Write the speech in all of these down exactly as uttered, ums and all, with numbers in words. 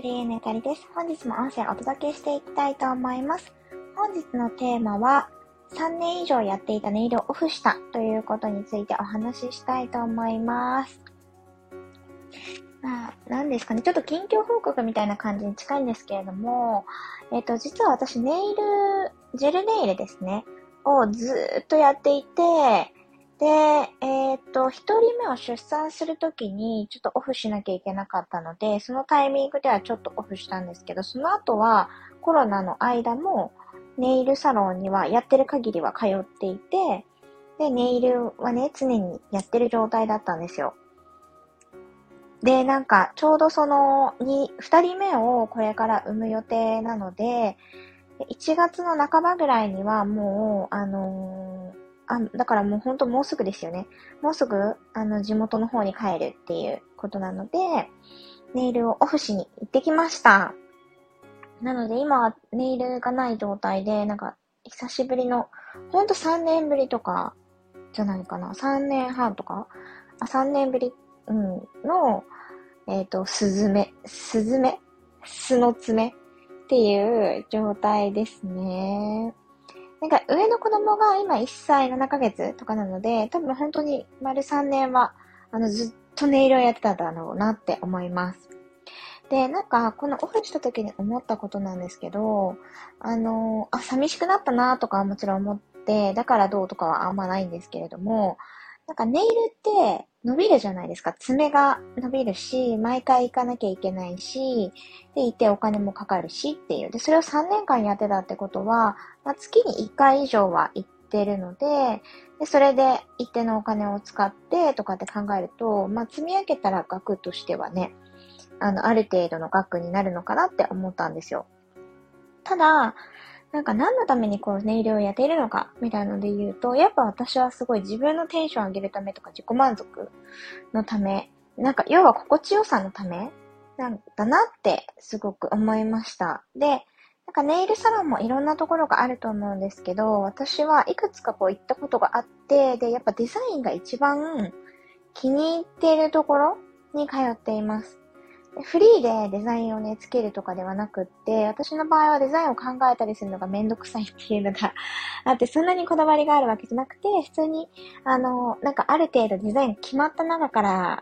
クリエネタリです。本日も音声をお届けしていきたいと思います。本日のテーマは、さんねん以上やっていたネイルをオフしたということについてお話ししたいと思います。まあ、何ですかね。ちょっと近況報告みたいな感じに近いんですけれども、えっと、実は私ネイル、ジェルネイルですね、をずーっとやっていて、で、えっと、一人目を出産するときにちょっとオフしなきゃいけなかったので、そのタイミングではちょっとオフしたんですけど、その後はコロナの間もネイルサロンにはやってる限りは通っていて、で、ネイルはね、常にやってる状態だったんですよ。で、なんか、ちょうどその、に、二人目をこれから産む予定なので、いちがつの半ばぐらいにはもう、あのー、あ、だからもうほんともうすぐですよね。もうすぐ、あの、地元の方に帰るっていうことなので、ネイルをオフしに行ってきました。なので今はネイルがない状態で、なんか、久しぶりの、ほんとさんねんぶりとか、じゃないかな。さんねんはんとかあ、さんねんぶり、うん、の、えっと、スズメ、スズメ巣の爪っていう状態ですね。なんか上の子供が今いっさいななかげつとかなので、多分本当に丸さんねんは、あの、ずっとネイルをやってたんだろうなって思います。で、なんか、このオフした時に思ったことなんですけど、あの、あ、寂しくなったなとかはもちろん思って、だからどうとかはあんまないんですけれども、なんかネイルって伸びるじゃないですか。爪が伸びるし、毎回行かなきゃいけないし、で、いてお金もかかるしっていう。で、それをさんねんかんやってたってことは、まあ、月にいっかい以上は行ってるので、で、それで一定のお金を使ってとかって考えると、まあ、積み上げたら額としてはね、あの、ある程度の額になるのかなって思ったんですよ。ただ、なんか何のためにこうネイルをやっているのかみたいなので言うと、やっぱ私はすごい自分のテンション上げるためとか自己満足のため、なんか要は心地よさのためなんだなってすごく思いました。で、なんかネイルサロンもいろんなところがあると思うんですけど、私はいくつかこう行ったことがあって、で、やっぱデザインが一番気に入っているところに通っています。フリーでデザインをね、つけるとかではなくって、私の場合はデザインを考えたりするのがめんどくさいっていうのがあって、そんなにこだわりがあるわけじゃなくて、普通に、あの、なんかある程度デザイン決まった中から、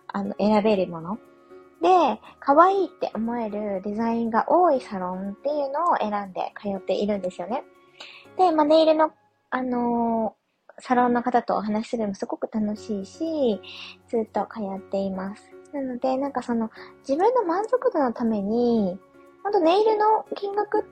あの、選べるもの。で、可愛いって思えるデザインが多いサロンっていうのを選んで通っているんですよね。で、まあ、ネイルの、あのー、サロンの方とお話しするのもすごく楽しいし、ずっと通っています。なので、なんかその、自分の満足度のために、ほんとネイルの金額って、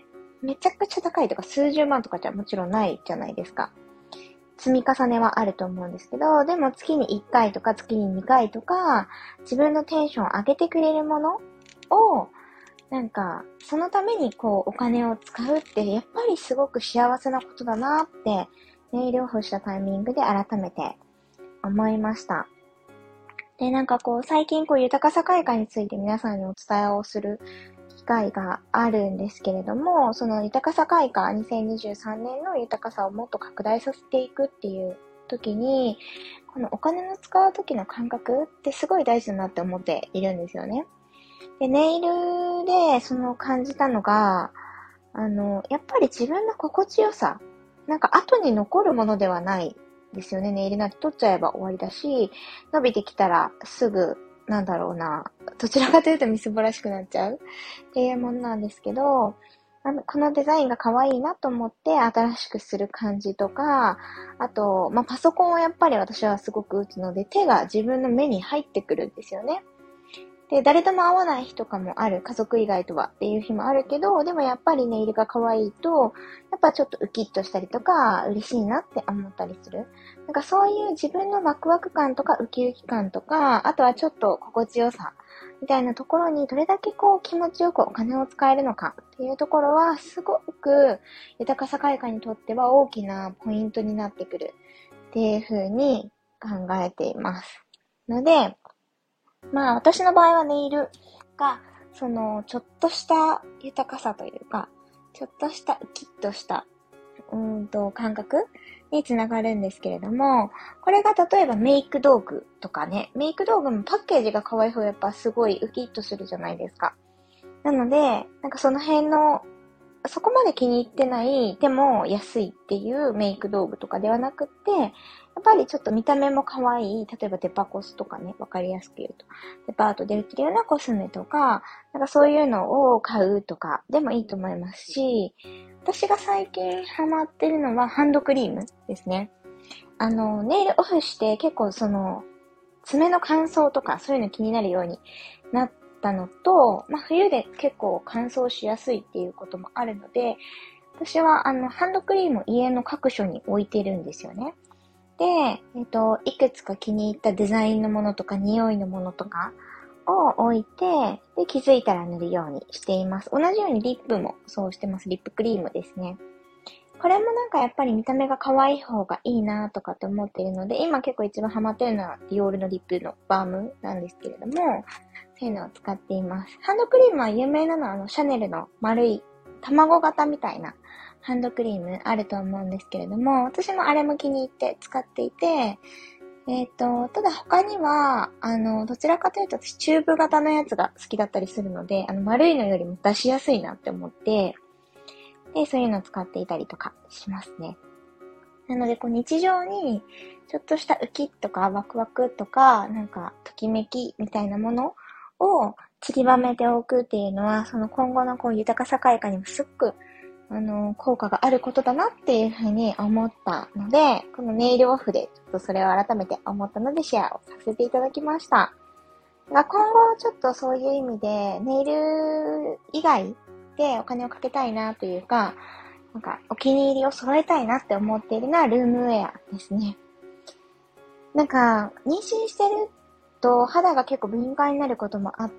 めちゃくちゃ高いとか数十万とかじゃもちろんないじゃないですか。積み重ねはあると思うんですけど、でも月にいっかいとか月ににかいとか、自分のテンションを上げてくれるものを、なんか、そのためにこう、お金を使うって、やっぱりすごく幸せなことだなって、ネイルオフしたタイミングで改めて思いました。で、なんかこう、最近こう、豊かさ開花について皆さんにお伝えをする機会があるんですけれども、その豊かさ開花、にせんにじゅうさんねんの豊かさをもっと拡大させていくっていう時に、このお金の使う時の感覚ってすごい大事だなって思っているんですよね。で、ネイルでその感じたのが、あの、やっぱり自分の心地よさ、なんか後に残るものではないですよね。ネイルなんて取っちゃえば終わりだし、伸びてきたらすぐ、なんだろうな、どちらかというとみすぼらしくなっちゃうっていうものなんですけど、あの、このデザインが可愛いなと思って新しくする感じとか、あと、まあ、パソコンをやっぱり私はすごく打つので、手が自分の目に入ってくるんですよね。で、誰とも会わない日とかもある。家族以外とはっていう日もあるけど、でもやっぱりネイルが可愛いと、やっぱちょっとウキッとしたりとか、嬉しいなって思ったりする。なんかそういう自分のワクワク感とかウキウキ感とか、あとはちょっと心地よさみたいなところにどれだけこう気持ちよくお金を使えるのかっていうところは、すごく豊かさ開花にとっては大きなポイントになってくるっていう風に考えています。ので、まあ私の場合はネイルが、その、ちょっとした豊かさというか、ちょっとしたウキッとした、うーんと、感覚につながるんですけれども、これが例えばメイク道具とかね、メイク道具もパッケージが可愛い方やっぱすごいウキッとするじゃないですか。 なので、なんかその辺の、そこまで気に入ってない、でも安いっていうメイク道具とかではなくって、やっぱりちょっと見た目も可愛い、例えばデパコスとかね、わかりやすく言うと、デパートで売ってるようなコスメとか、なんかそういうのを買うとかでもいいと思いますし、私が最近ハマってるのはハンドクリームですね。あの、ネイルオフして結構その、爪の乾燥とかそういうの気になるようになったのと、まあ冬で結構乾燥しやすいっていうこともあるので、私はあの、ハンドクリームを家の各所に置いてるんですよね。で、えっと、いくつか気に入ったデザインのものとか匂いのものとかを置いて、で、気づいたら塗るようにしています。同じようにリップもそうしてます。リップクリームですね。これもなんかやっぱり見た目が可愛い方がいいなとかって思っているので、今結構一番ハマってるのはディオールのリップのバームなんですけれども、そういうのを使っています。ハンドクリームは有名なのはあのシャネルの丸い卵型みたいなハンドクリームあると思うんですけれども、私もあれも気に入って使っていて、えっと、ただ他には、あの、どちらかというと私チューブ型のやつが好きだったりするので、あの丸いのよりも出しやすいなって思って、で、そういうのを使っていたりとかしますね。なので、こう日常に、ちょっとしたウキッとかワクワクとか、なんか、ときめきみたいなものを散りばめておくっていうのは、その今後のこう豊かさ開花にもすっごく、あの、効果があることだなっていうふうに思ったので、このネイルオフでちょっとそれを改めて思ったのでシェアをさせていただきました。が今後ちょっとそういう意味で、ネイル以外でお金をかけたいなというか、なんかお気に入りを揃えたいなって思っているのはルームウェアですね。なんか妊娠してると肌が結構敏感になることもあって、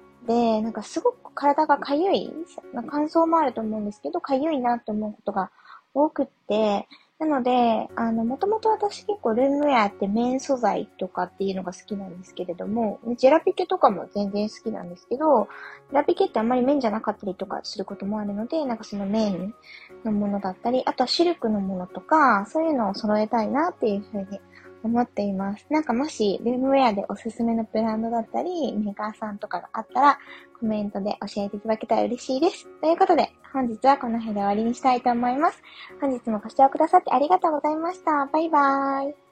なんかすごく体がかゆい、乾燥もあると思うんですけど、かゆいなって思うことが多くって、なので、あの、もともと私結構ルームウェアって綿素材とかっていうのが好きなんですけれども、ジェラピケとかも全然好きなんですけど、ジェラピケってあんまり綿じゃなかったりとかすることもあるので、なんかその綿のものだったり、あとはシルクのものとか、そういうのを揃えたいなっていうふうに思っています。なんかもし、ルームウェアでおすすめのブランドだったり、メーカーさんとかがあったら、コメントで教えていただけたら嬉しいです。ということで、本日はこの辺で終わりにしたいと思います。本日もご視聴くださってありがとうございました。バイバーイ。